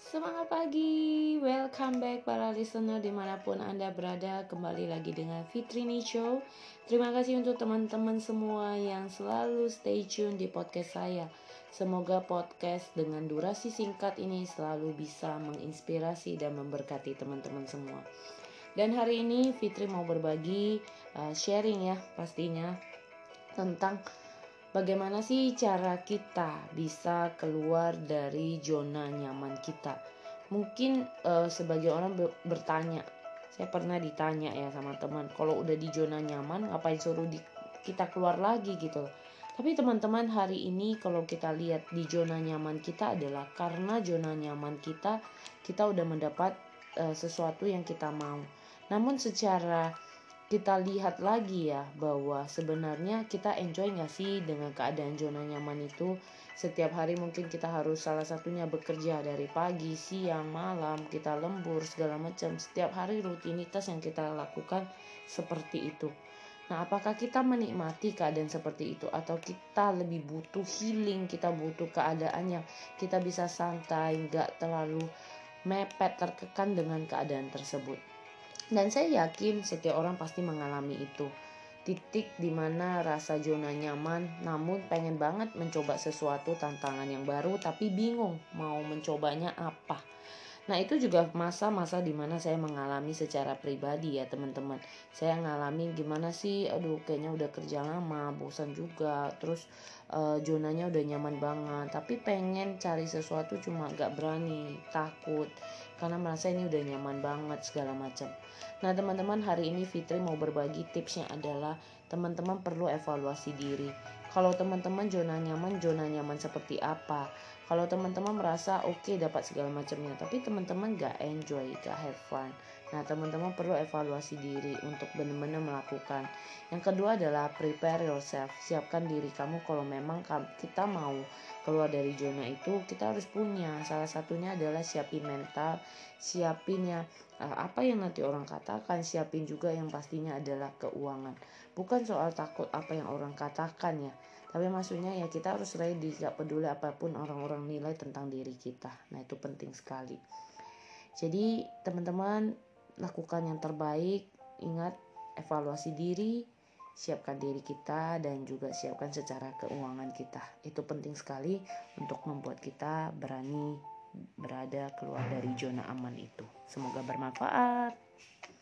Semangat pagi, welcome back para listener dimanapun Anda berada. Kembali lagi dengan Fitrini Show. Terima kasih untuk teman-teman semua yang selalu stay tune di podcast saya. Semoga podcast dengan durasi singkat ini selalu bisa menginspirasi dan memberkati teman-teman semua. Dan hari ini Fitri mau berbagi sharing ya pastinya tentang bagaimana sih cara kita bisa keluar dari zona nyaman kita. Mungkin sebagai orang bertanya, saya pernah ditanya ya sama teman, kalau udah di zona nyaman ngapain suruh kita keluar lagi gitu. Tapi teman-teman, hari ini kalau kita lihat di zona nyaman kita adalah karena zona nyaman kita udah mendapat sesuatu yang kita mau. Namun secara kita lihat lagi ya bahwa sebenarnya kita enjoy gak sih dengan keadaan zona nyaman itu. Setiap hari mungkin kita harus salah satunya bekerja dari pagi, siang, malam, kita lembur segala macam. Setiap hari rutinitas yang kita lakukan seperti itu. Nah, apakah kita menikmati keadaan seperti itu atau kita lebih butuh healing, kita butuh keadaan yang kita bisa santai, gak terlalu mepet terkekan dengan keadaan tersebut. Dan saya yakin setiap orang pasti mengalami itu. Titik dimana rasa zona nyaman namun pengen banget mencoba sesuatu tantangan yang baru tapi bingung mau mencobanya apa. Nah, itu juga masa-masa dimana saya mengalami secara pribadi ya teman-teman. Saya ngalamin gimana sih, aduh kayaknya udah kerja lama, bosan juga. Terus zonanya udah nyaman banget, tapi pengen cari sesuatu cuma gak berani, takut. Karena merasa ini udah nyaman banget segala macam. Nah teman-teman, hari ini Fitri mau berbagi tipsnya adalah teman-teman perlu evaluasi diri. Kalau teman-teman zona nyaman seperti apa? Kalau teman-teman merasa oke, dapat segala macamnya, tapi teman-teman gak enjoy, gak have fun. Nah teman-teman perlu evaluasi diri untuk benar-benar melakukan. Yang kedua adalah prepare yourself. Siapkan diri kamu kalau memang kita mau keluar dari zona itu, kita harus punya. Salah satunya adalah siapin mental, siapin ya apa yang nanti orang katakan, siapin juga yang pastinya adalah keuangan. Bukan soal takut apa yang orang katakan ya, tapi maksudnya ya kita harus ready, gak peduli apapun orang-orang nilai tentang diri kita. Nah itu penting sekali. Jadi teman-teman lakukan yang terbaik. Ingat, evaluasi diri, siapkan diri kita, dan juga siapkan secara keuangan kita. Itu penting sekali untuk membuat kita berani berada keluar dari zona aman itu. Semoga bermanfaat.